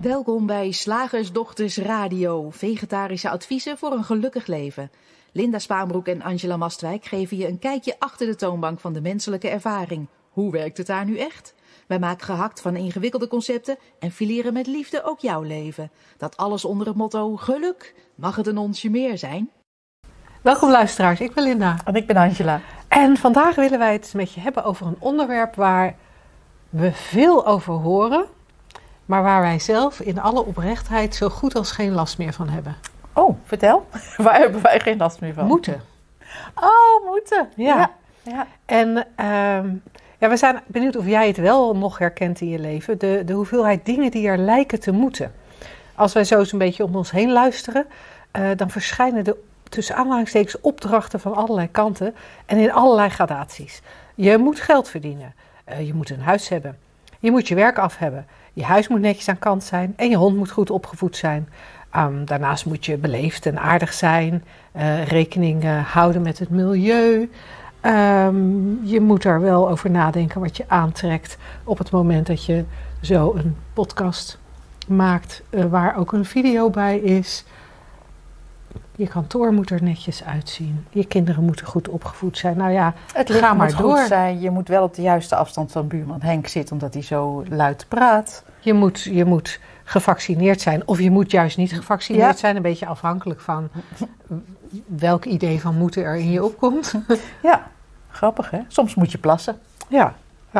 Welkom bij Slagersdochters Radio, vegetarische adviezen voor een gelukkig leven. Linda Spaanbroek en Angela Mastwijk geven je een kijkje achter de toonbank van de menselijke ervaring. Hoe werkt het daar nu echt? Wij maken gehakt van ingewikkelde concepten en fileren met liefde ook jouw leven. Dat alles onder het motto geluk. Mag het een onsje meer zijn? Welkom luisteraars, ik ben Linda. En ik ben Angela. En vandaag willen wij het met je hebben over een onderwerp waar we veel over horen, maar waar wij zelf in alle oprechtheid zo goed als geen last meer van hebben. Oh, vertel. Waar hebben wij geen last meer van? Moeten. Oh, moeten. Ja. Ja. En we zijn benieuwd of jij het wel nog herkent in je leven. De hoeveelheid dingen die er lijken te moeten. Als wij zo eens een beetje om ons heen luisteren, dan verschijnen de tussen aanhalingstekens opdrachten van allerlei kanten en in allerlei gradaties. Je moet geld verdienen. Je moet een huis hebben. Je moet je werk af hebben. Je huis moet netjes aan kant zijn en je hond moet goed opgevoed zijn. Daarnaast moet je beleefd en aardig zijn. Rekening houden met het milieu. Je moet er wel over nadenken wat je aantrekt op het moment dat je zo een podcast maakt waar ook een video bij is. Je kantoor moet er netjes uitzien. Je kinderen moeten goed opgevoed zijn. Nou ja, het licht moet goed zijn. Je moet wel op de juiste afstand van buurman Henk zitten, omdat hij zo luid praat. Je moet gevaccineerd zijn of je moet juist niet gevaccineerd zijn. Een beetje afhankelijk van welk idee van moeten er in je opkomt. Ja, grappig hè? Soms moet je plassen. Ja.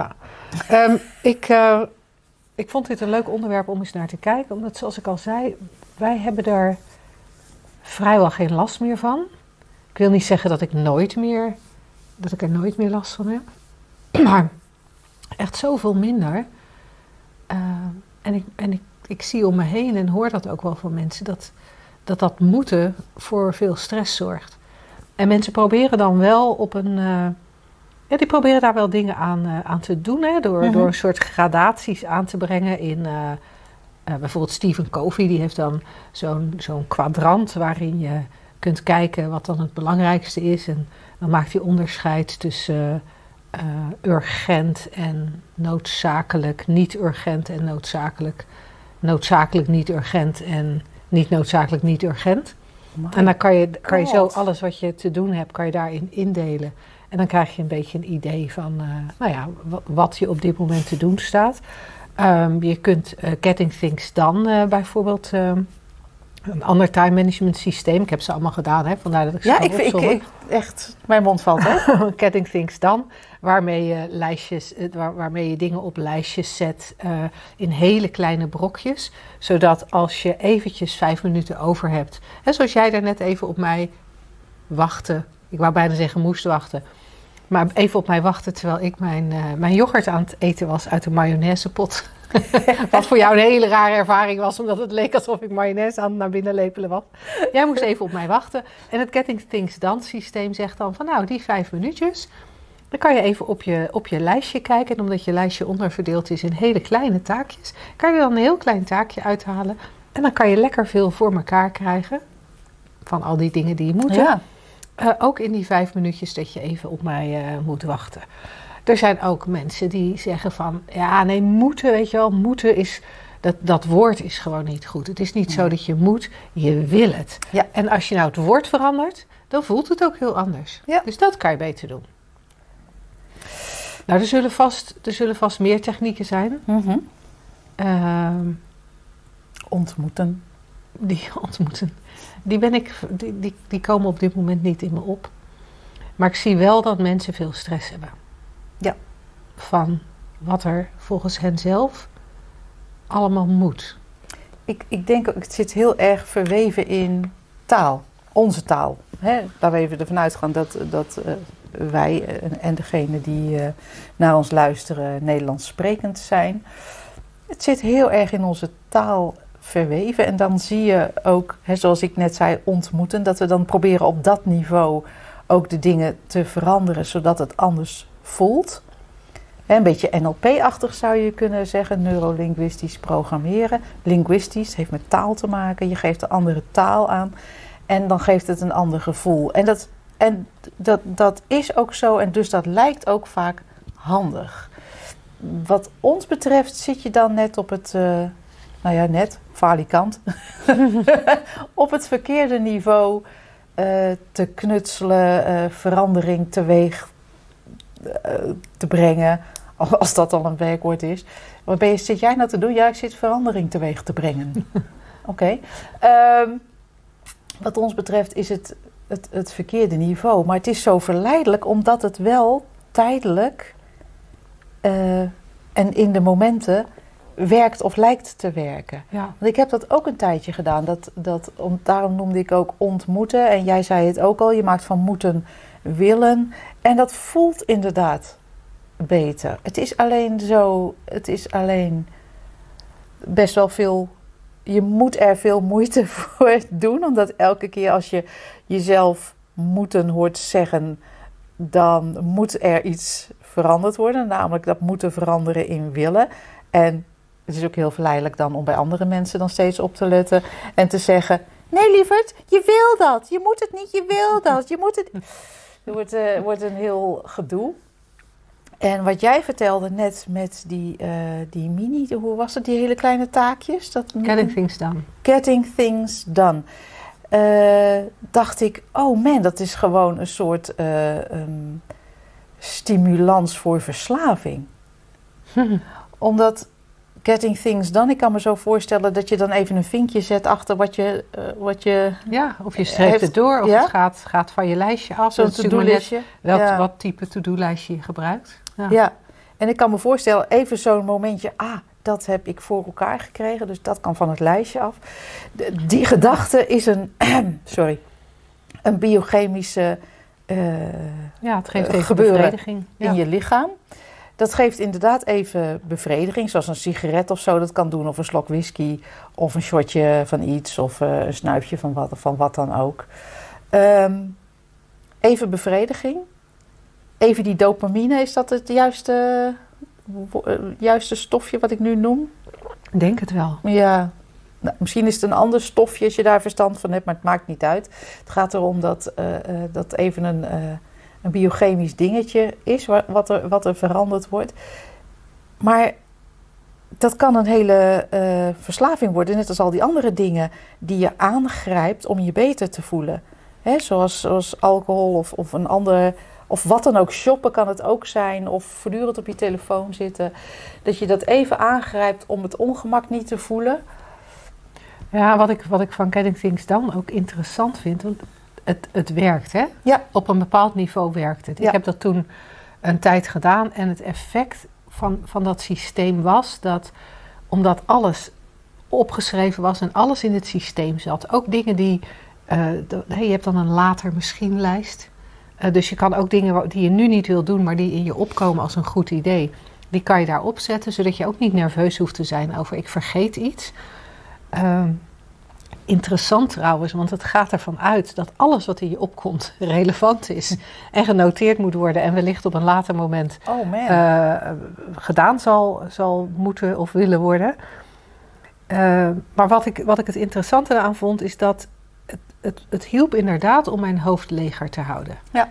Ik vond dit een leuk onderwerp om eens naar te kijken. Omdat, zoals ik al zei, wij hebben daar vrijwel geen last meer van. Ik wil niet zeggen dat ik er nooit meer last van heb. Maar echt zoveel minder. Ik zie om me heen en hoor dat ook wel van mensen, dat moeten voor veel stress zorgt. En mensen proberen dan wel op een die proberen daar wel dingen aan te doen. Hè, door een soort gradaties aan te brengen in bijvoorbeeld Stephen Covey, die heeft dan zo'n kwadrant waarin je kunt kijken wat dan het belangrijkste is. En dan maakt hij onderscheid tussen urgent en noodzakelijk, niet urgent en noodzakelijk, noodzakelijk niet urgent en niet noodzakelijk niet urgent. En dan kan je zo alles wat je te doen hebt, kan je daarin indelen. En dan krijg je een beetje een idee van wat je op dit moment te doen staat. Je kunt Getting Things Done bijvoorbeeld, een ander time management systeem. Ik heb ze allemaal gedaan, hè, vandaar dat ik ze ik echt, mijn mond valt. Hè? Getting Things Done, waarmee je dingen op lijstjes zet in hele kleine brokjes. Zodat als je eventjes 5 minuten over hebt, hè, zoals jij daar net even op mij wachtte. Ik wou bijna zeggen moest wachten. Maar even op mij wachten terwijl ik mijn yoghurt aan het eten was uit de mayonaisepot. Wat voor jou een hele rare ervaring was, omdat het leek alsof ik mayonaise aan het naar binnen lepelen was. Jij moest even op mij wachten. En het Getting Things Done systeem zegt dan van nou, die 5 minuutjes. Dan kan je even op je lijstje kijken. En omdat je lijstje onderverdeeld is in hele kleine taakjes, kan je dan een heel klein taakje uithalen. En dan kan je lekker veel voor elkaar krijgen van al die dingen die je moet. Ja. Ook in die 5 minuutjes dat je even op mij moet wachten. Er zijn ook mensen die zeggen van, ja nee, moeten, weet je wel, moeten is, dat woord is gewoon niet goed. Het is niet zo dat je moet, je wil het. Ja. En als je nou het woord verandert, dan voelt het ook heel anders. Ja. Dus dat kan je beter doen. Nou, er zullen vast meer technieken zijn. Ontmoeten. Die ontmoeten. Die komen op dit moment niet in me op. Maar ik zie wel dat mensen veel stress hebben. Ja. Van wat er volgens hen zelf allemaal moet. Ik denk ook, het zit heel erg verweven in taal. Onze taal. Hè? Laten we even ervan uitgaan dat wij en degene die naar ons luisteren Nederlands sprekend zijn. Het zit heel erg in onze taal verweven. En dan zie je ook, zoals ik net zei, ontmoeten. Dat we dan proberen op dat niveau ook de dingen te veranderen, zodat het anders voelt. Een beetje NLP-achtig zou je kunnen zeggen, neurolinguistisch programmeren. Linguistisch heeft met taal te maken. Je geeft een andere taal aan en dan geeft het een ander gevoel. En dat is ook zo en dus dat lijkt ook vaak handig. Wat ons betreft zit je dan net op het nou ja, net, falikant, op het verkeerde niveau te knutselen, verandering teweeg te brengen, als dat al een werkwoord is. Wat zit jij nou te doen? Ja, ik zit verandering teweeg te brengen. Oké. Wat ons betreft is het verkeerde niveau. Maar het is zo verleidelijk omdat het wel tijdelijk en in de momenten werkt of lijkt te werken. Ja. Want ik heb dat ook een tijdje gedaan. Daarom noemde ik ook ontmoeten. En jij zei het ook al, je maakt van moeten willen. En dat voelt inderdaad beter. Het is alleen best wel veel. Je moet er veel moeite voor doen. Omdat elke keer als je jezelf moeten hoort zeggen, dan moet er iets veranderd worden. Namelijk dat moeten veranderen in willen. En het is ook heel verleidelijk dan om bij andere mensen dan steeds op te letten. En te zeggen, nee lieverd, je wil dat. Je moet het niet, je wil dat. Je moet het. Het wordt een heel gedoe. En wat jij vertelde net met die mini, hoe was het, die hele kleine taakjes? Getting things done. Getting things done. Dacht ik, oh man, dat is gewoon een soort stimulans voor verslaving. Omdat getting things done, ik kan me zo voorstellen dat je dan even een vinkje zet achter wat je ja, of je streept het door, of ja? het gaat van je lijstje af. Zo'n to-do-listje. Wat type to-do-lijstje je gebruikt. Ja, en ik kan me voorstellen, even zo'n momentje, dat heb ik voor elkaar gekregen, dus dat kan van het lijstje af. Die gedachte is een biochemische het geeft even gebeuren bevrediging in je lichaam. Dat geeft inderdaad even bevrediging, zoals een sigaret of zo dat kan doen, of een slok whisky, of een shotje van iets, of een snuifje van wat dan ook. Even bevrediging. Even die dopamine, is dat het juiste stofje wat ik nu noem? Ik denk het wel. Ja, nou, misschien is het een ander stofje als je daar verstand van hebt, maar het maakt niet uit. Het gaat erom dat even een biochemisch dingetje is wat er veranderd wordt. Maar dat kan een hele verslaving worden, net als al die andere dingen die je aangrijpt om je beter te voelen. Hè, zoals alcohol of een ander, of wat dan ook, shoppen kan het ook zijn, of voortdurend op je telefoon zitten. Dat je dat even aangrijpt om het ongemak niet te voelen. Ja, wat ik van Getting Things Done ook interessant vind, want het werkt, hè? Ja. Op een bepaald niveau werkt het. Ja. Ik heb dat toen een tijd gedaan en het effect van dat systeem was dat, omdat alles opgeschreven was en alles in het systeem zat, ook dingen die, je hebt dan een later misschien lijst. Dus je kan ook dingen die je nu niet wil doen, maar die in je opkomen als een goed idee, die kan je daar opzetten, zodat je ook niet nerveus hoeft te zijn over ik vergeet iets. Interessant trouwens, want het gaat ervan uit dat alles wat in je opkomt relevant is en genoteerd moet worden en wellicht op een later moment gedaan zal moeten of willen worden. Maar wat ik het interessante aan vond is dat het hielp inderdaad om mijn hoofd leger te houden. Ja.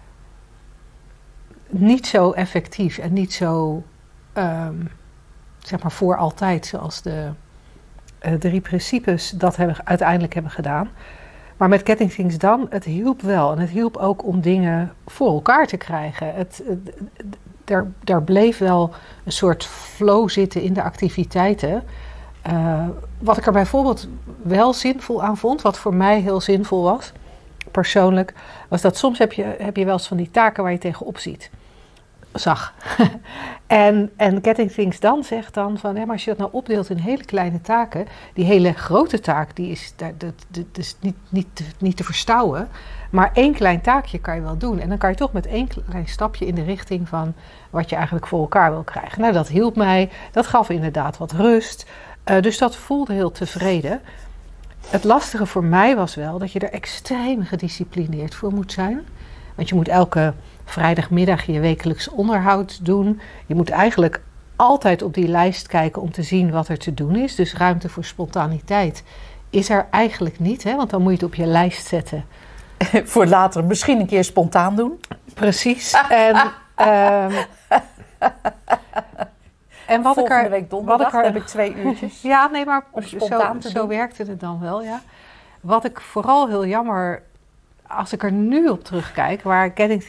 Niet zo effectief en niet zo zeg maar voor altijd zoals de 3 principes dat uiteindelijk hebben gedaan. Maar met Getting Things Done, het hielp wel. En het hielp ook om dingen voor elkaar te krijgen. Daar bleef wel een soort flow zitten in de activiteiten. Wat ik er bijvoorbeeld wel zinvol aan vond, wat voor mij heel zinvol was, persoonlijk, was dat soms heb je wel eens van die taken waar je tegenop zag. en Getting Things Done zegt dan van, maar als je dat nou opdeelt in hele kleine taken, die hele grote taak, die is niet te verstouwen, maar 1 klein taakje kan je wel doen. En dan kan je toch met 1 klein stapje in de richting van wat je eigenlijk voor elkaar wil krijgen. Nou, dat hielp mij. Dat gaf inderdaad wat rust. Dus dat voelde heel tevreden. Het lastige voor mij was wel dat je er extreem gedisciplineerd voor moet zijn. Want je moet elke vrijdagmiddag je wekelijks onderhoud doen. Je moet eigenlijk altijd op die lijst kijken om te zien wat er te doen is. Dus ruimte voor spontaniteit is er eigenlijk niet, hè? Want dan moet je het op je lijst zetten. Voor later misschien een keer spontaan doen. Precies. En wat Volgende ik week donderdag heb ik 2 uurtjes. Ja, nee, maar Om spontaan te zo doen. werkte het dan wel, ja. Wat ik vooral heel jammer, als ik er nu op terugkijk, waar Getting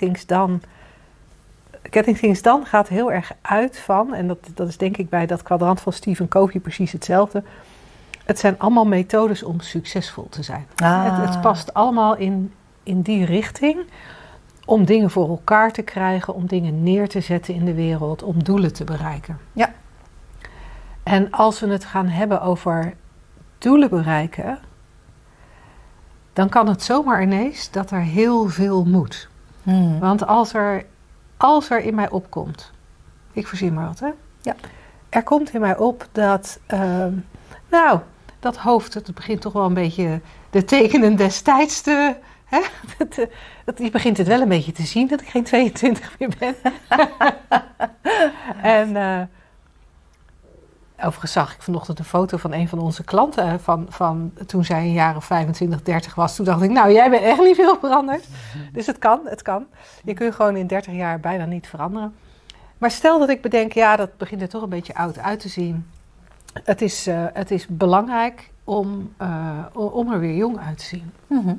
Things Done gaat heel erg uit van, en dat is denk ik bij dat kwadrant van Stephen Covey precies hetzelfde. Het zijn allemaal methodes om succesvol te zijn. Het past allemaal in die richting om dingen voor elkaar te krijgen, om dingen neer te zetten in de wereld, om doelen te bereiken. Ja. En als we het gaan hebben over doelen bereiken, dan kan het zomaar ineens dat er heel veel moet. Want als er in mij opkomt, ik verzin maar wat, hè? Ja. Er komt in mij op dat, dat hoofd, het begint toch wel een beetje de tekenen destijds te... Hè? Je begint het wel een beetje te zien dat ik geen 22 meer ben. En overigens zag ik vanochtend een foto van een van onze klanten van toen zij een jaar of 25, 30 was. Toen dacht ik, nou, jij bent echt niet veel veranderd. Dus het kan. Je kunt gewoon in 30 jaar bijna niet veranderen. Maar stel dat ik bedenk, ja, dat begint er toch een beetje oud uit te zien. Het is belangrijk om er weer jong uit te zien. Mm-hmm.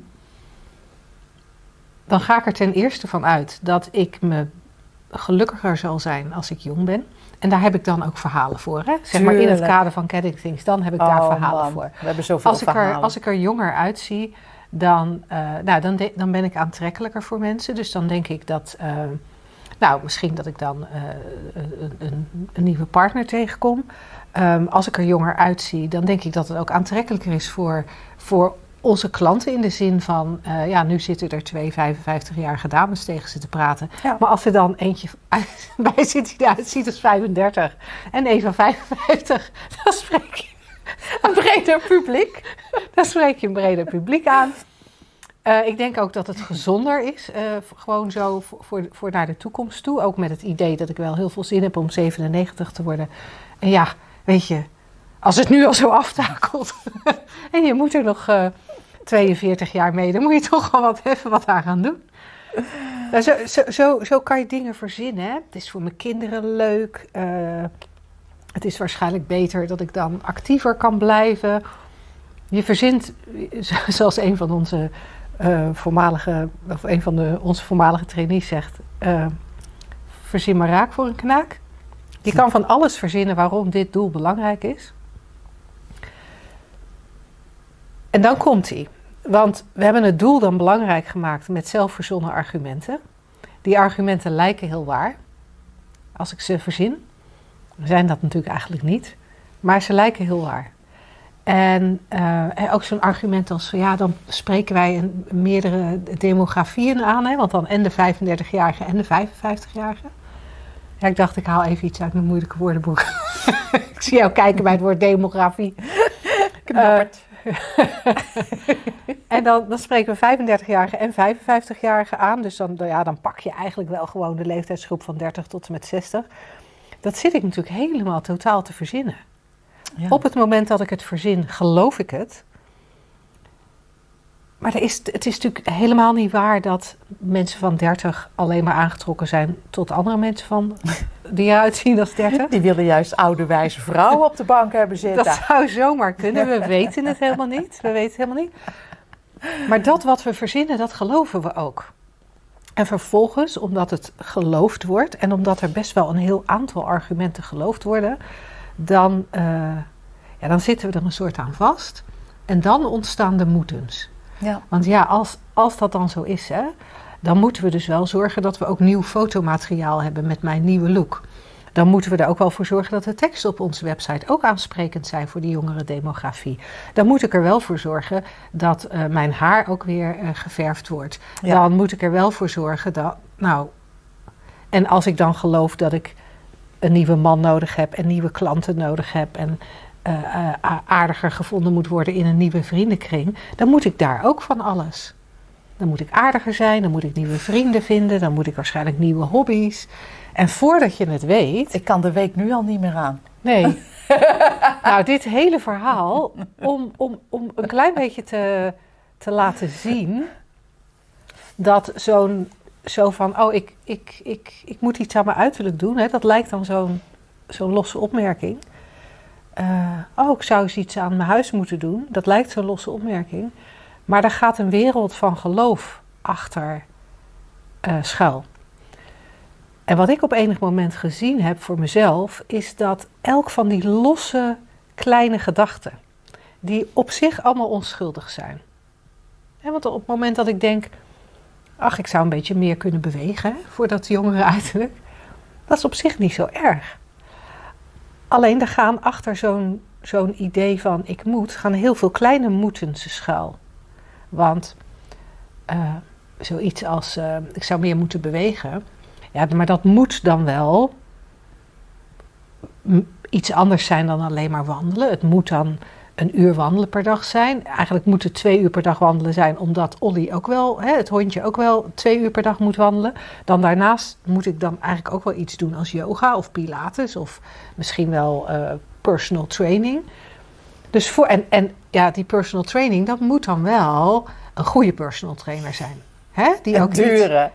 Dan ga ik er ten eerste van uit dat ik me gelukkiger zal zijn als ik jong ben. En daar heb ik dan ook verhalen voor. Hè? Zeg maar in het kader van Getting Things Done heb ik daar verhalen voor. We hebben zoveel verhalen. Als ik er jonger uitzie, dan ben ik aantrekkelijker voor mensen. Dus dan denk ik dat... misschien dat ik dan een nieuwe partner tegenkom. Als ik er jonger uitzie, dan denk ik dat het ook aantrekkelijker is voor onze klanten. In de zin van, nu zitten er 2 55-jarige dames tegen ze te praten. Ja. Maar als er dan eentje bij zit die eruit ziet als 35 en een van 55, dan spreek je een breder publiek. Dan spreek je een breder publiek aan. Ik denk ook dat het gezonder is, gewoon zo voor naar de toekomst toe. Ook met het idee dat ik wel heel veel zin heb om 97 te worden. En ja, weet je, als het nu al zo aftakelt en je moet er nog 42 jaar mee, dan moet je toch wel wat aan gaan doen. Zo kan je dingen verzinnen. Hè? Het is voor mijn kinderen leuk. Het is waarschijnlijk beter dat ik dan actiever kan blijven. Je verzint, zoals een van onze... onze voormalige trainees zegt, verzin maar raak voor een knaak. Je kan van alles verzinnen waarom dit doel belangrijk is. En dan komt hij. Want we hebben het doel dan belangrijk gemaakt met zelfverzonnen argumenten. Die argumenten lijken heel waar. Als ik ze verzin. Zijn dat natuurlijk eigenlijk niet. Maar ze lijken heel waar. En ook zo'n argument als, dan spreken wij meerdere demografieën aan. Hè, want dan en de 35-jarige en de 55-jarige. Ja, ik dacht, ik haal even iets uit mijn moeilijke woordenboek. Ik zie jou kijken bij het woord demografie. Knapperd. En dan spreken we 35-jarigen en 55-jarigen aan. Dus dan pak je eigenlijk wel gewoon de leeftijdsgroep van 30 tot en met 60. Dat zit ik natuurlijk helemaal totaal te verzinnen. Ja. Op het moment dat ik het verzin, geloof ik het. Maar het is natuurlijk helemaal niet waar dat mensen van 30 alleen maar aangetrokken zijn tot andere mensen die eruit zien als 30. Die willen juist oude wijze vrouwen op de bank hebben zitten. Dat zou zomaar kunnen. We weten het helemaal niet. Maar dat wat we verzinnen, dat geloven we ook. En vervolgens, omdat het geloofd wordt en omdat er best wel een heel aantal argumenten geloofd worden, dan zitten we er een soort aan vast. En dan ontstaan de moetens. Ja. Want als dat dan zo is, hè, dan moeten we dus wel zorgen dat we ook nieuw fotomateriaal hebben met mijn nieuwe look. Dan moeten we er ook wel voor zorgen dat de teksten op onze website ook aansprekend zijn voor die jongere demografie. Dan moet ik er wel voor zorgen dat mijn haar ook weer geverfd wordt. Ja. Dan moet ik er wel voor zorgen dat... En als ik dan geloof dat ik een nieuwe man nodig heb en nieuwe klanten nodig heb en aardiger gevonden moet worden in een nieuwe vriendenkring, dan moet ik daar ook van alles. Dan moet ik aardiger zijn, dan moet ik nieuwe vrienden vinden, dan moet ik waarschijnlijk nieuwe hobby's. En voordat je het weet... Ik kan de week nu al niet meer aan. Nee. Dit hele verhaal, om een klein beetje te laten zien dat zo van, ik moet iets aan mijn uiterlijk doen. Hè, dat lijkt dan zo'n zo'n losse opmerking. Ik zou eens iets aan mijn huis moeten doen. Dat lijkt zo'n losse opmerking. Maar daar gaat een wereld van geloof achter schuil. En wat ik op enig moment gezien heb voor mezelf, is dat elk van die losse kleine gedachten, die op zich allemaal onschuldig zijn. Want op het moment dat ik denk, ik zou een beetje meer kunnen bewegen, hè, voor dat jongere uiterlijk, dat is op zich niet zo erg. Alleen er gaan achter zo'n idee van ik moet, gaan heel veel kleine moetens schuil. Want zoiets als ik zou meer moeten bewegen, ja, maar dat moet dan wel iets anders zijn dan alleen maar wandelen. Het moet dan 1 uur wandelen per dag zijn. Eigenlijk moet het 2 uur per dag wandelen zijn, omdat Olly ook wel, het hondje ook wel 2 uur per dag moet wandelen. Dan daarnaast moet ik dan eigenlijk ook wel iets doen als yoga of pilates of misschien wel personal training. Dus die personal training, dat moet dan wel een goede personal trainer zijn. Die ook dure.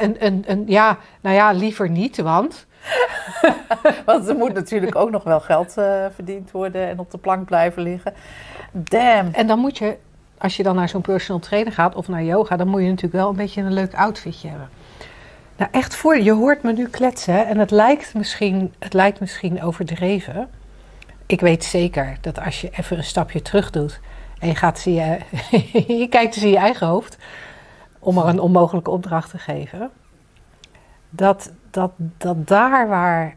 Liever niet, want... Want er moet natuurlijk ook nog wel geld verdiend worden en op de plank blijven liggen. Damn. En dan moet je, als je dan naar zo'n personal trainer gaat of naar yoga, dan moet je natuurlijk wel een beetje een leuk outfitje hebben. Nou, echt je hoort me nu kletsen en het lijkt misschien overdreven. Ik weet zeker dat als je even een stapje terug doet en je kijkt eens in je eigen hoofd, om er een onmogelijke opdracht te geven, dat daar waar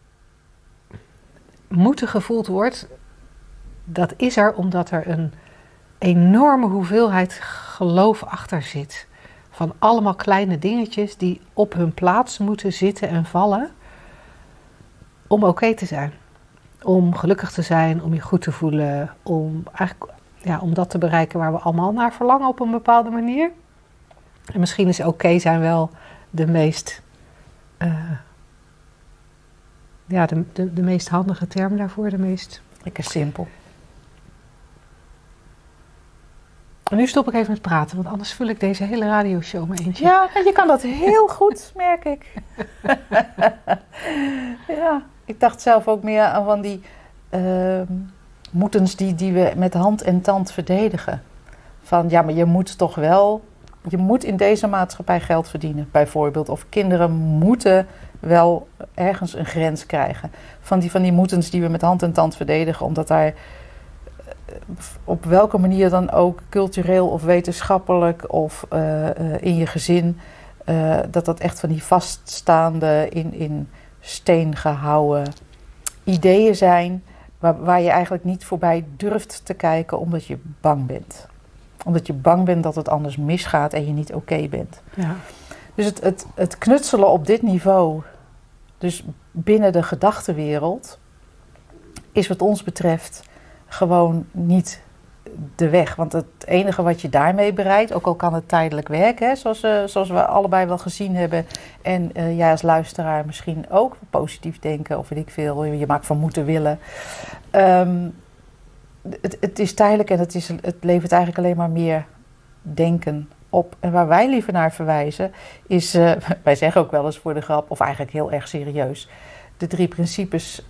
moeten gevoeld wordt, dat is er omdat er een enorme hoeveelheid geloof achter zit. Van allemaal kleine dingetjes die op hun plaats moeten zitten en vallen om oké te zijn. Om gelukkig te zijn, om je goed te voelen, om dat te bereiken waar we allemaal naar verlangen op een bepaalde manier. En misschien is oké zijn wel de meest... de meest handige term daarvoor, de meest... Lekker simpel. En nu stop ik even met praten, want anders vul ik deze hele radioshow maar eentje. Ja, je kan dat heel goed, merk ik. Ja, ik dacht zelf ook meer aan van die moetens die we met hand en tand verdedigen. Van ja, maar je moet toch wel... Je moet in deze maatschappij geld verdienen, bijvoorbeeld. Of kinderen moeten wel ergens een grens krijgen. Van die moetens die we met hand en tand verdedigen. Omdat daar op welke manier dan ook, cultureel of wetenschappelijk of in je gezin, dat echt van die vaststaande, in steen gehouden ideeën zijn. Waar je eigenlijk niet voorbij durft te kijken omdat je bang bent. Omdat je bang bent dat het anders misgaat en je niet oké bent. Ja. Dus het knutselen op dit niveau, dus binnen de gedachtenwereld, is wat ons betreft gewoon niet de weg. Want het enige wat je daarmee bereikt, ook al kan het tijdelijk werken, zoals we allebei wel gezien hebben, en jij als luisteraar misschien ook positief denken, of weet ik veel, je maakt van moeten willen. Het is tijdelijk en het levert eigenlijk alleen maar meer denken op. En waar wij liever naar verwijzen is, wij zeggen ook wel eens voor de grap, of eigenlijk heel erg serieus, de 3 principes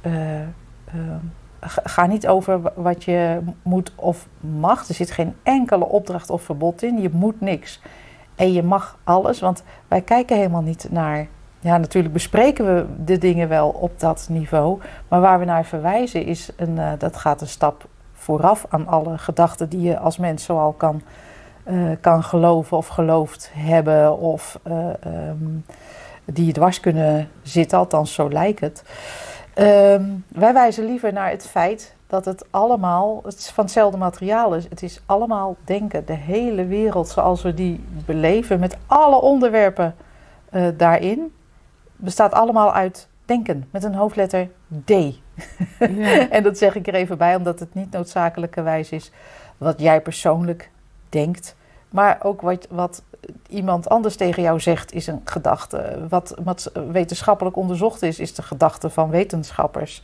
gaan niet over wat je moet of mag. Er zit geen enkele opdracht of verbod in. Je moet niks. En je mag alles, want wij kijken helemaal niet naar... Ja, natuurlijk bespreken we de dingen wel op dat niveau, maar waar we naar verwijzen is, dat gaat een stap vooraf aan alle gedachten die je als mens zoal kan geloven of geloofd hebben of die je dwars kunnen zitten, althans zo lijkt het. Wij wijzen liever naar het feit dat het allemaal van hetzelfde materiaal is. Het is allemaal denken. De hele wereld zoals we die beleven met alle onderwerpen daarin bestaat allemaal uit denken met een hoofdletter D. Ja. En dat zeg ik er even bij, omdat het niet noodzakelijkerwijs is wat jij persoonlijk denkt. Maar ook wat iemand anders tegen jou zegt is een gedachte. Wat wetenschappelijk onderzocht is de gedachte van wetenschappers.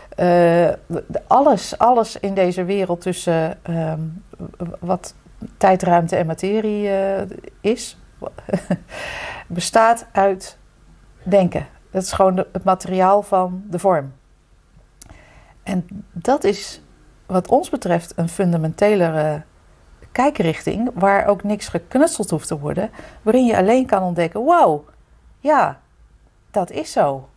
Alles in deze wereld tussen wat tijd, ruimte en materie is, bestaat uit denken. Dat is gewoon het materiaal van de vorm. En dat is wat ons betreft een fundamentelere kijkrichting, waar ook niks geknutseld hoeft te worden, waarin je alleen kan ontdekken, wow, ja, dat is zo.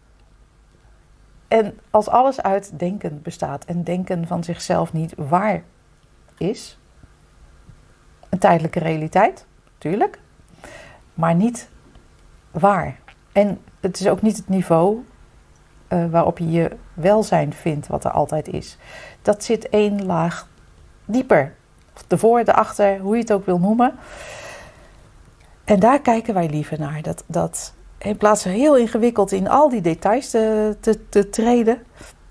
En als alles uit denken bestaat en denken van zichzelf niet waar is, een tijdelijke realiteit, tuurlijk, maar niet waar. En het is ook niet het niveau waarop je je welzijn vindt, wat er altijd is. Dat zit één laag dieper. De voor, de achter, hoe je het ook wil noemen. En daar kijken wij liever naar. Dat in plaats van heel ingewikkeld in al die details te treden.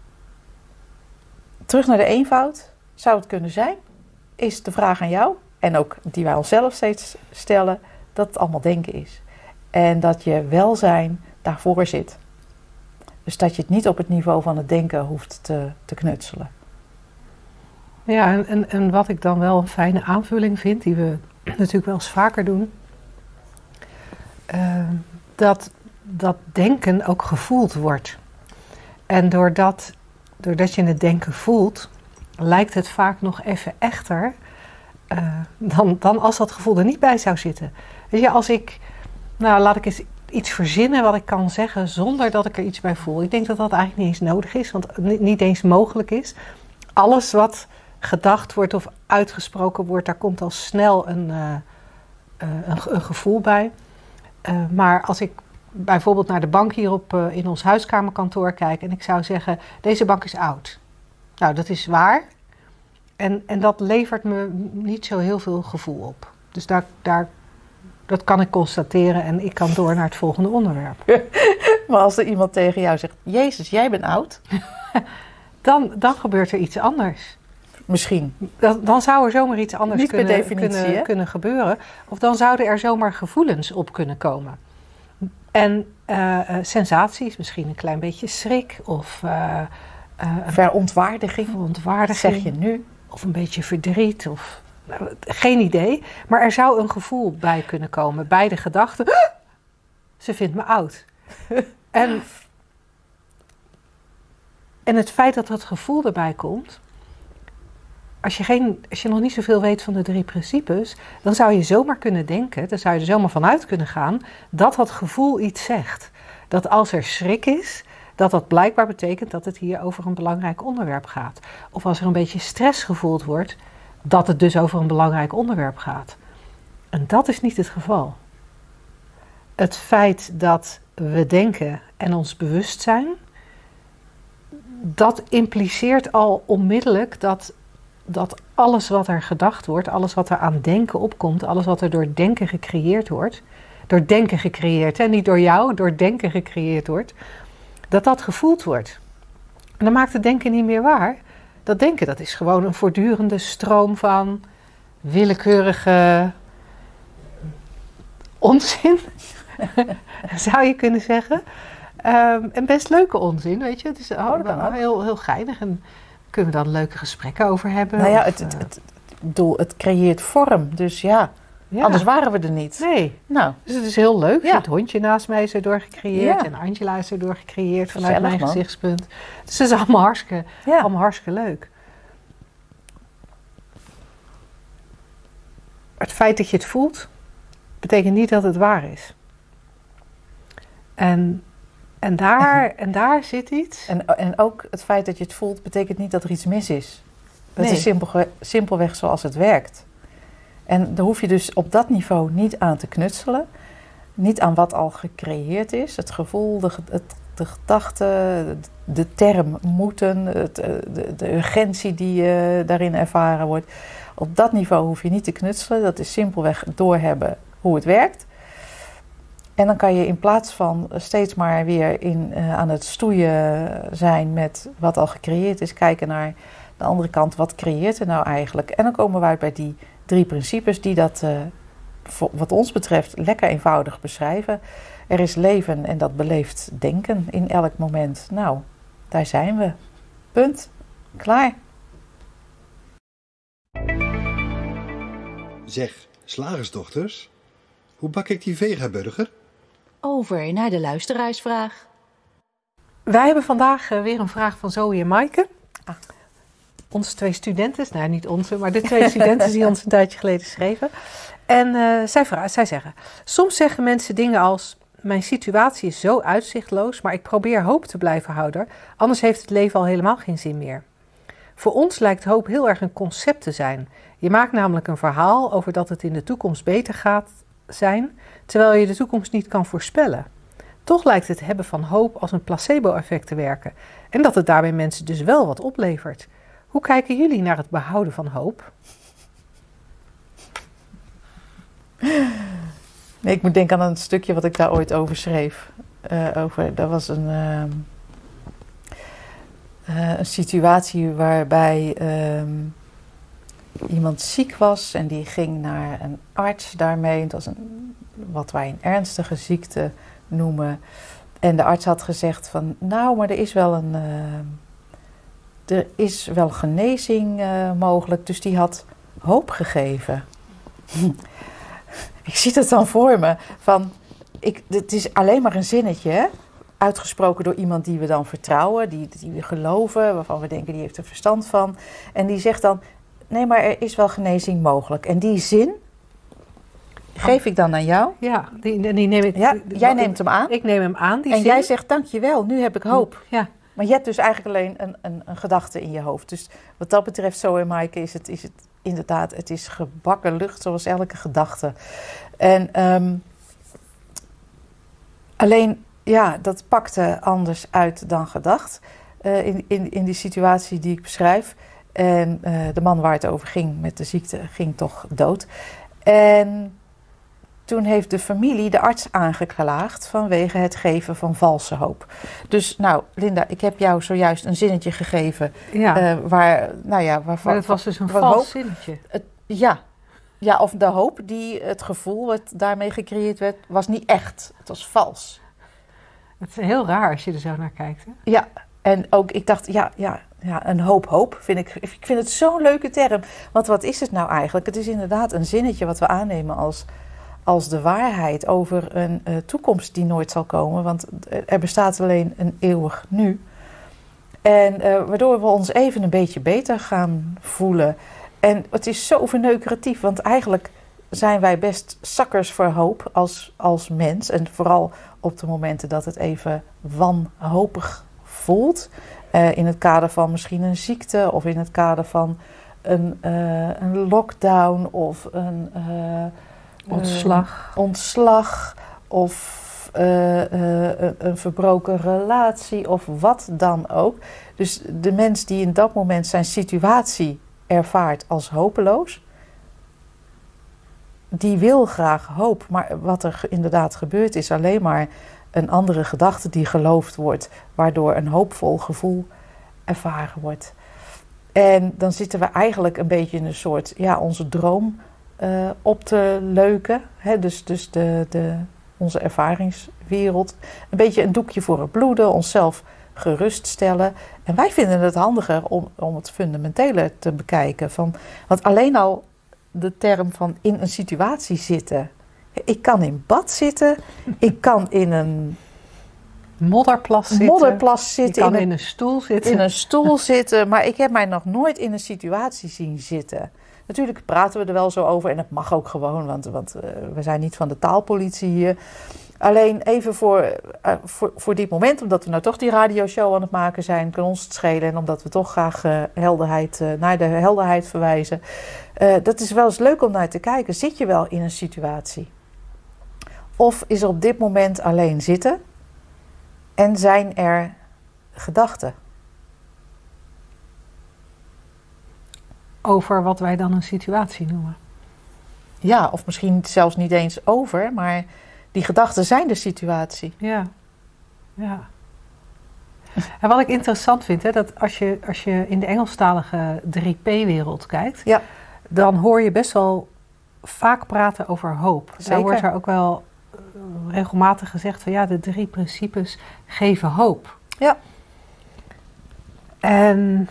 Terug naar de eenvoud. Zou het kunnen zijn? Is de vraag aan jou, en ook die wij onszelf steeds stellen, dat het allemaal denken is. En dat je welzijn daarvoor zit. Dus dat je het niet op het niveau van het denken hoeft te knutselen. Ja, en wat ik dan wel een fijne aanvulling vind, die we natuurlijk wel eens vaker doen, dat denken ook gevoeld wordt. En doordat je het denken voelt, lijkt het vaak nog even echter dan als dat gevoel er niet bij zou zitten. Weet je, als ik, laat ik eens iets verzinnen wat ik kan zeggen zonder dat ik er iets bij voel. Ik denk dat dat eigenlijk niet eens nodig is, want niet eens mogelijk is. Alles wat gedacht wordt of uitgesproken wordt, daar komt al snel een gevoel bij. Maar als ik bijvoorbeeld naar de bank hierop in ons huiskamerkantoor kijk en ik zou zeggen, deze bank is oud. Nou, dat is waar. En dat levert me niet zo heel veel gevoel op. Dus dat kan ik constateren en ik kan door naar het volgende onderwerp. Maar als er iemand tegen jou zegt, Jezus, jij bent oud. Dan gebeurt er iets anders. Misschien. Dan zou er zomaar iets anders kunnen gebeuren. Of dan zouden er zomaar gevoelens op kunnen komen. En sensaties, misschien een klein beetje schrik of verontwaardiging. Zeg je nu. Of een beetje verdriet. Of geen idee. Maar er zou een gevoel bij kunnen komen. Bij de gedachte, ze vindt me oud. En het feit dat dat gevoel erbij komt. Als je nog niet zoveel weet van de 3 principes, dan zou je zomaar kunnen denken, dan zou je er zomaar vanuit kunnen gaan, dat dat gevoel iets zegt. Dat als er schrik is, dat blijkbaar betekent dat het hier over een belangrijk onderwerp gaat. Of als er een beetje stress gevoeld wordt, dat het dus over een belangrijk onderwerp gaat. En dat is niet het geval. Het feit dat we denken en ons bewust zijn, dat impliceert al onmiddellijk dat alles wat er gedacht wordt, alles wat er aan denken opkomt, alles wat er door denken gecreëerd wordt, door denken gecreëerd, hè, niet door jou, door denken gecreëerd wordt, dat gevoeld wordt. En dan maakt het denken niet meer waar. Dat denken, dat is gewoon een voortdurende stroom van willekeurige onzin, zou je kunnen zeggen. En best leuke onzin, weet je. Het is heel geinig en kunnen we dan leuke gesprekken over hebben. Nou ja, het creëert vorm, dus ja. Anders waren we er niet. Nee. Nou. Dus het is heel leuk. Ja. Het hondje naast mij is erdoor gecreëerd. Ja. En Angela is erdoor gecreëerd vanuit gezellig, mijn gezichtspunt. Dus het is allemaal hartstikke leuk. Het feit dat je het voelt, betekent niet dat het waar is. En daar zit iets. En ook het feit dat je het voelt, betekent niet dat er iets mis is. Het is simpelweg zoals het werkt. En daar hoef je dus op dat niveau niet aan te knutselen. Niet aan wat al gecreëerd is. Het gevoel, de gedachte, de term moeten, de urgentie die daarin ervaren wordt. Op dat niveau hoef je niet te knutselen. Dat is simpelweg doorhebben hoe het werkt. En dan kan je in plaats van steeds maar weer aan het stoeien zijn met wat al gecreëerd is, kijken naar de andere kant, wat creëert er nou eigenlijk? En dan komen we uit bij die 3 principes die dat, wat ons betreft, lekker eenvoudig beschrijven. Er is leven en dat beleeft denken in elk moment. Nou, daar zijn we. Punt. Klaar. Zeg, slagersdochters, hoe bak ik die vegaburger? Over naar de luisteraarsvraag. Wij hebben vandaag weer een vraag van Zoe en Maaike. Ah. Onze 2 studenten, nou niet onze, maar de 2 studenten die ons een tijdje geleden schreven. En zij zeggen, soms zeggen mensen dingen als, mijn situatie is zo uitzichtloos, maar ik probeer hoop te blijven houden, anders heeft het leven al helemaal geen zin meer. Voor ons lijkt hoop heel erg een concept te zijn. Je maakt namelijk een verhaal over dat het in de toekomst beter gaat zijn, terwijl je de toekomst niet kan voorspellen. Toch lijkt het hebben van hoop als een placebo-effect te werken en dat het daarbij mensen dus wel wat oplevert. Hoe kijken jullie naar het behouden van hoop? Nee, ik moet denken aan een stukje wat ik daar ooit over schreef. Dat was een situatie waarbij iemand ziek was en die ging naar een arts daarmee. Het was wat wij een ernstige ziekte noemen. En de arts had gezegd van, nou, maar er is wel genezing mogelijk. Dus die had hoop gegeven. Ik zie het dan voor me. Het is alleen maar een zinnetje, hè? Uitgesproken door iemand die we dan vertrouwen, die we geloven, waarvan we denken die heeft er verstand van. En die zegt dan, nee, maar er is wel genezing mogelijk. En die zin geef ik dan aan jou. Ja, die neem ik. Ja, jij neemt hem aan. Ik neem hem aan. Die en zin. Jij zegt, dankjewel, nu heb ik hoop. Ja. Maar je hebt dus eigenlijk alleen een gedachte in je hoofd. Dus wat dat betreft, zo en Maaike, is het inderdaad, het is gebakken lucht zoals elke gedachte. En alleen, ja, dat pakte anders uit dan gedacht. In die situatie die ik beschrijf. En de man waar het over ging met de ziekte ging toch dood. En toen heeft de familie de arts aangeklaagd vanwege het geven van valse hoop. Dus nou, Linda, ik heb jou zojuist een zinnetje gegeven. Ja. Waarvan, Maar het was dus een hoop, vals zinnetje. Ja, of de hoop, het gevoel wat daarmee gecreëerd werd, was niet echt. Het was vals. Het is heel raar als je er zo naar kijkt. Hè? Ja, en ook ik dacht, een hoop vind ik. Ik vind het zo'n leuke term. Want wat is het nou eigenlijk? Het is inderdaad een zinnetje wat we aannemen als de waarheid over een toekomst die nooit zal komen. Want er bestaat alleen een eeuwig nu. En waardoor we ons even een beetje beter gaan voelen. En het is zo verneukeratief, want eigenlijk zijn wij best zakkers voor hoop als mens. En vooral op de momenten dat het even wanhopig voelt. In het kader van misschien een ziekte of in het kader van een lockdown of een ontslag of een verbroken relatie of wat dan ook. Dus de mens die in dat moment zijn situatie ervaart als hopeloos, die wil graag hoop. Maar wat er inderdaad gebeurt is alleen maar een andere gedachte die geloofd wordt, waardoor een hoopvol gevoel ervaren wordt. En dan zitten we eigenlijk een beetje in een soort, onze droom op te leuken. Hè? Dus onze ervaringswereld. Een beetje een doekje voor het bloeden, onszelf geruststellen. En wij vinden het handiger om het fundamentele te bekijken. Want alleen al de term van in een situatie zitten. Ik kan in bad zitten. Ik kan in een modderplas zitten. Ik kan in een stoel zitten. In een stoel zitten. Maar ik heb mij nog nooit in een situatie zien zitten. Natuurlijk praten we er wel zo over. En dat mag ook gewoon. Want we zijn niet van de taalpolitie hier. Alleen even voor dit moment, omdat we nou toch die radioshow aan het maken zijn, kan ons het schelen. En omdat we toch graag naar de helderheid verwijzen. Dat is wel eens leuk om naar te kijken. Zit je wel in een situatie? Of is er op dit moment alleen zitten en zijn er gedachten? Over wat wij dan een situatie noemen. Ja, of misschien zelfs niet eens over, maar die gedachten zijn de situatie. Ja. En wat ik interessant vind, hè, dat als je in de Engelstalige 3P-wereld kijkt, dan hoor je best wel vaak praten over hoop. Zeker. Daar wordt er ook wel regelmatig gezegd van de 3 principes geven hoop. Ja. En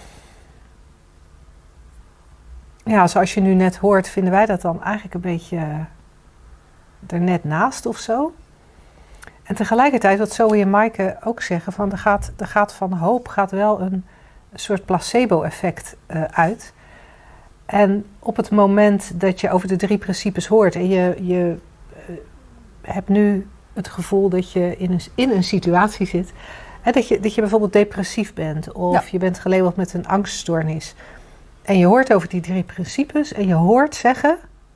zoals je nu net hoort, vinden wij dat dan eigenlijk een beetje er net naast of zo. En tegelijkertijd, wat Zoe en Maaike ook zeggen, van er gaat van hoop gaat wel een soort placebo-effect uit. En op het moment dat je over de 3 principes hoort en je hebt nu het gevoel dat je in een situatie zit, hè, dat je bijvoorbeeld depressief bent of je bent gelabeld met een angststoornis. En je hoort over die 3 principes en je hoort zeggen,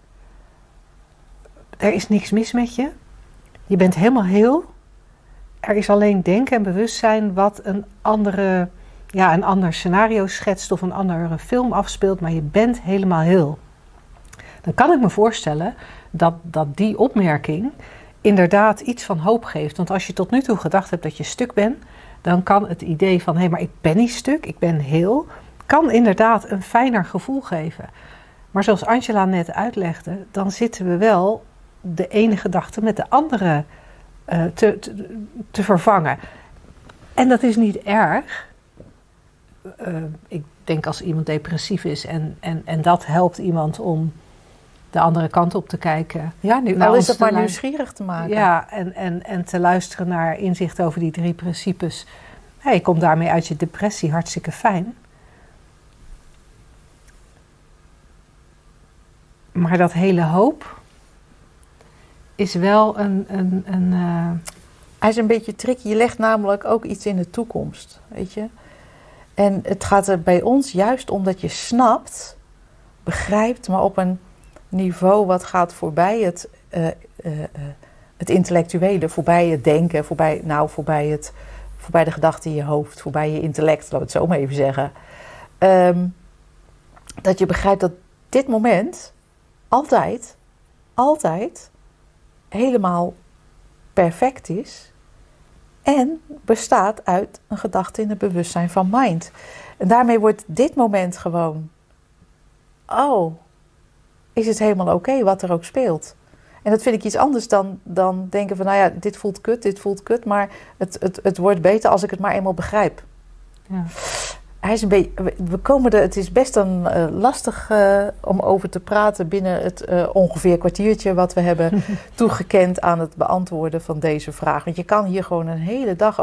er is niks mis met je. Je bent helemaal heel. Er is alleen denken en bewustzijn wat een ander scenario schetst of een andere film afspeelt, maar je bent helemaal heel. Dan kan ik me voorstellen dat die opmerking inderdaad iets van hoop geeft. Want als je tot nu toe gedacht hebt dat je stuk bent, dan kan het idee van, hé, maar ik ben niet stuk, ik ben heel, kan inderdaad een fijner gevoel geven. Maar zoals Angela net uitlegde, dan zitten we wel de ene gedachte met de andere te vervangen. En dat is niet erg. Ik denk als iemand depressief is en dat helpt iemand om de andere kant op te kijken. Ja, al is het maar nieuwsgierig te maken. Ja, en te luisteren naar inzicht over die 3 principes. Ja, je komt daarmee uit je depressie, hartstikke fijn. Maar dat hele hoop is wel Hij is een beetje tricky. Je legt namelijk ook iets in de toekomst, weet je. En het gaat er bij ons juist om dat je snapt, begrijpt, maar op een niveau wat gaat voorbij het intellectuele, voorbij het denken, voorbij de gedachten in je hoofd, voorbij je intellect, laten we het zo maar even zeggen. Dat je begrijpt dat dit moment altijd helemaal perfect is en bestaat uit een gedachte in het bewustzijn van mind. En daarmee wordt dit moment gewoon, is het helemaal oké wat er ook speelt. En dat vind ik iets anders dan denken van, nou ja, dit voelt kut, maar het wordt beter als ik het maar eenmaal begrijp. Ja. Hij is een beetje, het is best lastig om over te praten binnen het ongeveer kwartiertje wat we hebben toegekend aan het beantwoorden van deze vraag. Want je kan hier gewoon een hele dag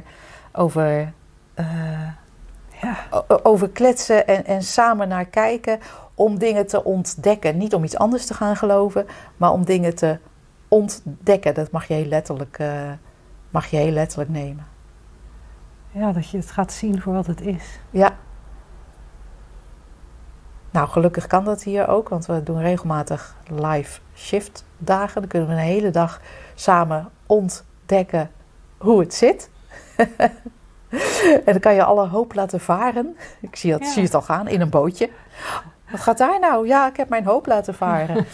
over kletsen en samen naar kijken om dingen te ontdekken. Niet om iets anders te gaan geloven, maar om dingen te ontdekken. Dat mag je heel letterlijk nemen. Ja, dat je het gaat zien voor wat het is. Ja. Nou, gelukkig kan dat hier ook, want we doen regelmatig live shift dagen. Dan kunnen we een hele dag samen ontdekken hoe het zit. En dan kan je alle hoop laten varen. Ik zie het al gaan, in een bootje. Wat gaat daar nou? Ja, ik heb mijn hoop laten varen.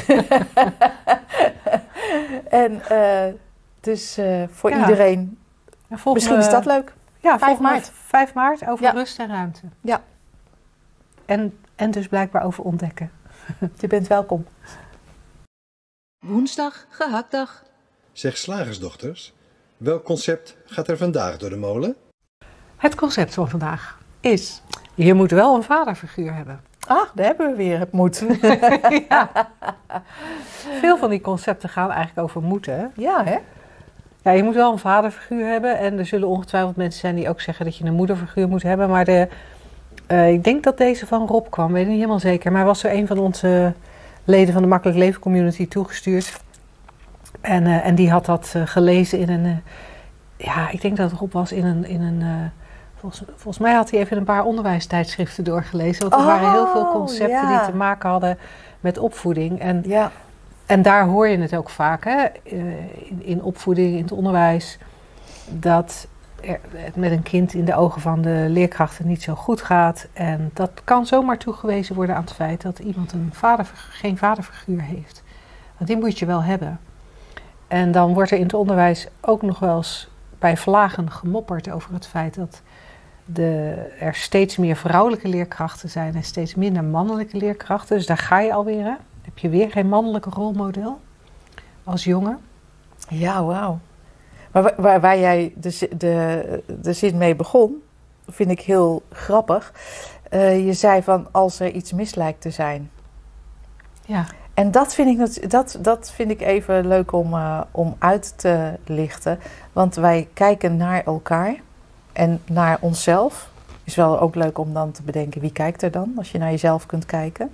En dus voor iedereen, misschien is dat leuk. Ja, 5 maart. 5 maart over rust en ruimte. Ja. En dus blijkbaar over ontdekken. Je bent welkom. Woensdag, gehaktdag. Zeg slagersdochters, welk concept gaat er vandaag door de molen? Het concept van vandaag is, je moet wel een vaderfiguur hebben. Ah, daar hebben we weer het moet. Ja. Veel van die concepten gaan eigenlijk over moeten. Hè? Ja, hè? Ja, je moet wel een vaderfiguur hebben. En er zullen ongetwijfeld mensen zijn die ook zeggen dat je een moederfiguur moet hebben. Maar ik denk dat deze van Rob kwam, weet ik niet helemaal zeker. Maar hij was er een van onze leden van de Makkelijk Leven Community toegestuurd. En die had dat gelezen in een... ik denk dat Rob was in een volgens mij had hij even een paar onderwijstijdschriften doorgelezen. Want er waren heel veel concepten die te maken hadden met opvoeding. En daar hoor je het ook vaak, hè? In opvoeding, in het onderwijs, dat het met een kind in de ogen van de leerkrachten niet zo goed gaat. En dat kan zomaar toegewezen worden aan het feit dat iemand geen vaderfiguur heeft. Want die moet je wel hebben. En dan wordt er in het onderwijs ook nog wel eens bij vlagen gemopperd over het feit dat er steeds meer vrouwelijke leerkrachten zijn en steeds minder mannelijke leerkrachten. Dus daar ga je alweer, hè? Heb je weer geen mannelijke rolmodel als jongen? Ja, wauw. Maar waar jij de zin mee begon, vind ik heel grappig. Je zei van als er iets mis lijkt te zijn. Ja. En dat vind ik even leuk om uit te lichten. Want wij kijken naar elkaar en naar onszelf. Is wel ook leuk om dan te bedenken, wie kijkt er dan? Als je naar jezelf kunt kijken.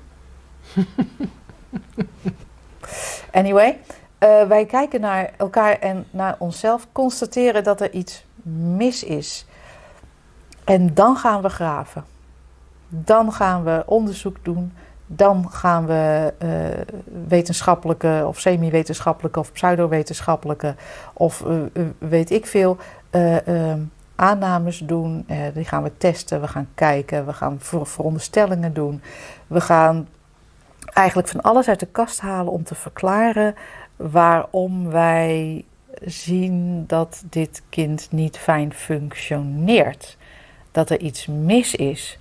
Anyway, wij kijken naar elkaar en naar onszelf. Constateren dat er iets mis is. En dan gaan we graven. Dan gaan we onderzoek doen. Dan gaan we wetenschappelijke of semi-wetenschappelijke of pseudo-wetenschappelijke of weet ik veel aannames doen. Die gaan we testen, we gaan kijken, we gaan veronderstellingen doen. We gaan eigenlijk van alles uit de kast halen om te verklaren waarom wij zien dat dit kind niet fijn functioneert. Dat er iets mis is.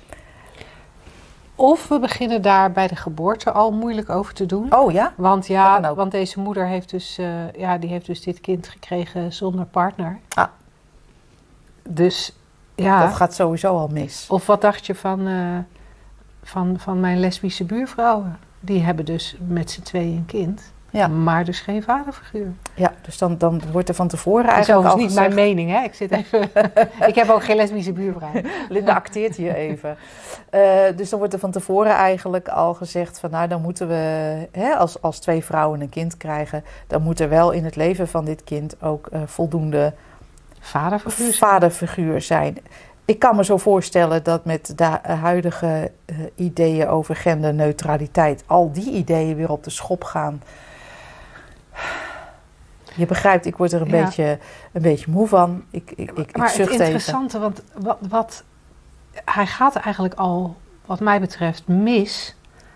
Of we beginnen daar bij de geboorte al moeilijk over te doen. Oh ja? Want deze moeder heeft dus, die heeft dus dit kind gekregen zonder partner. Ah. Dus ja. Dat gaat sowieso al mis. Of wat dacht je van mijn lesbische buurvrouwen? Die hebben dus met z'n tweeën een kind. Ja. Maar dus geen vaderfiguur. Ja, dus dan wordt er van tevoren eigenlijk dat is al niet gezegd... mijn mening, hè? Ik heb ook geen lesbische buurvrouw. Linda acteert hier even. Dus dan wordt er van tevoren eigenlijk al gezegd van... nou, dan moeten we, als twee vrouwen een kind krijgen... dan moet er wel in het leven van dit kind ook voldoende vaderfiguur zijn. Ik kan me zo voorstellen dat met de huidige ideeën over genderneutraliteit... al die ideeën weer op de schop gaan... Je begrijpt, ik word er een beetje moe van. Ik maar zucht het interessante, even. want hij gaat eigenlijk al, wat mij betreft, mis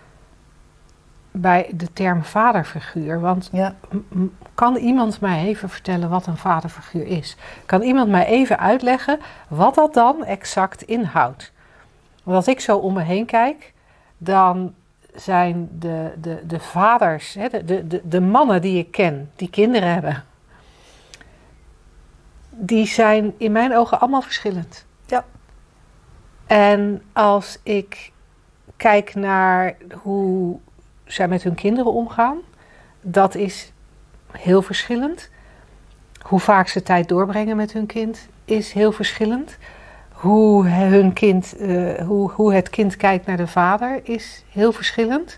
bij de term vaderfiguur. Want kan iemand mij even vertellen wat een vaderfiguur is? Kan iemand mij even uitleggen wat dat dan exact inhoudt? Want als ik zo om me heen kijk, dan zijn de vaders, de mannen die ik ken, die kinderen hebben, die zijn in mijn ogen allemaal verschillend. Ja. En als ik kijk naar hoe zij met hun kinderen omgaan, dat is heel verschillend. Hoe vaak ze tijd doorbrengen met hun kind is heel verschillend. Hoe het kind kijkt naar de vader is heel verschillend.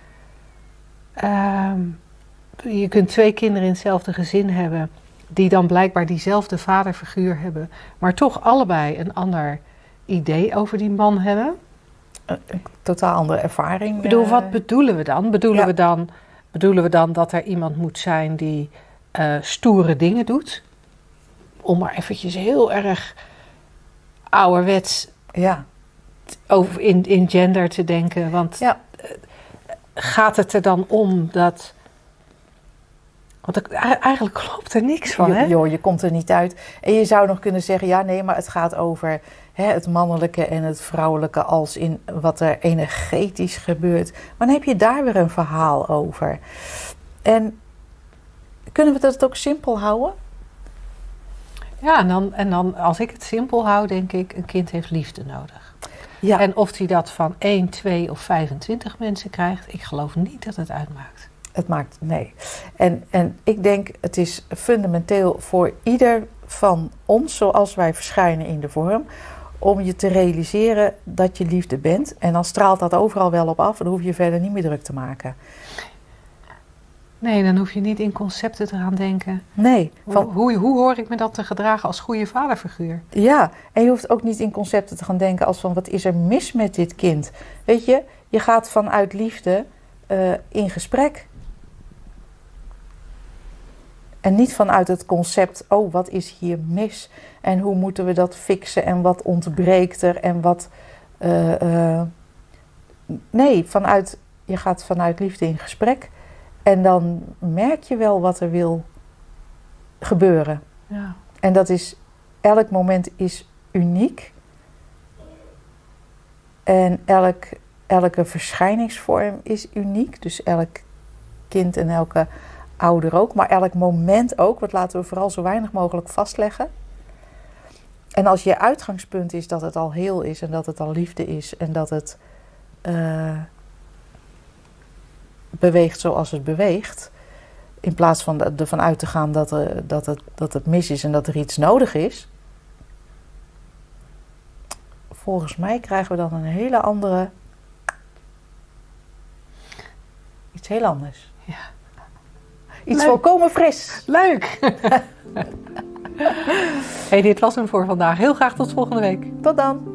Je kunt twee kinderen in hetzelfde gezin hebben, die dan blijkbaar diezelfde vaderfiguur hebben, maar toch allebei een ander idee over die man hebben. Een totaal andere ervaring. Ik bedoel, wat bedoelen we dan? Bedoelen we dan dat er iemand moet zijn die stoere dingen doet? Om maar eventjes heel erg ouderwets over in gender te denken. Want gaat het er dan om dat... Want eigenlijk klopt er niks van, hè? Joh, je komt er niet uit. En je zou nog kunnen zeggen, maar het gaat over het mannelijke en het vrouwelijke als in wat er energetisch gebeurt. Maar dan heb je daar weer een verhaal over. En kunnen we dat ook simpel houden? Ja, en dan als ik het simpel hou, denk ik, een kind heeft liefde nodig. Ja. En of hij dat van 1, 2 of 25 mensen krijgt, ik geloof niet dat het uitmaakt. Nee. En ik denk, het is fundamenteel voor ieder van ons, zoals wij verschijnen in de vorm, om je te realiseren dat je liefde bent. En dan straalt dat overal wel op af en dan hoef je verder niet meer druk te maken. Nee, dan hoef je niet in concepten te gaan denken. Nee. Hoe hoor ik me dat te gedragen als goede vaderfiguur? Ja, en je hoeft ook niet in concepten te gaan denken als van wat is er mis met dit kind? Weet je, je gaat vanuit liefde in gesprek. En niet vanuit het concept, wat is hier mis? En hoe moeten we dat fixen? En wat ontbreekt er? En wat... Nee, je gaat vanuit liefde in gesprek. En dan merk je wel wat er wil gebeuren. Ja. En dat is... Elk moment is uniek. En elke verschijningsvorm is uniek. Dus elk kind en elke ouder ook. Maar elk moment ook. Want laten we vooral zo weinig mogelijk vastleggen. En als je uitgangspunt is dat het al heel is. En dat het al liefde is. En dat het beweegt zoals het beweegt, in plaats van ervan uit te gaan dat het mis is en dat er iets nodig is, volgens mij krijgen we dan een hele andere, iets heel anders. Ja. Iets Leuk. volkomen fris. Leuk! Hey, dit was hem voor vandaag. Heel graag tot volgende week. Tot dan.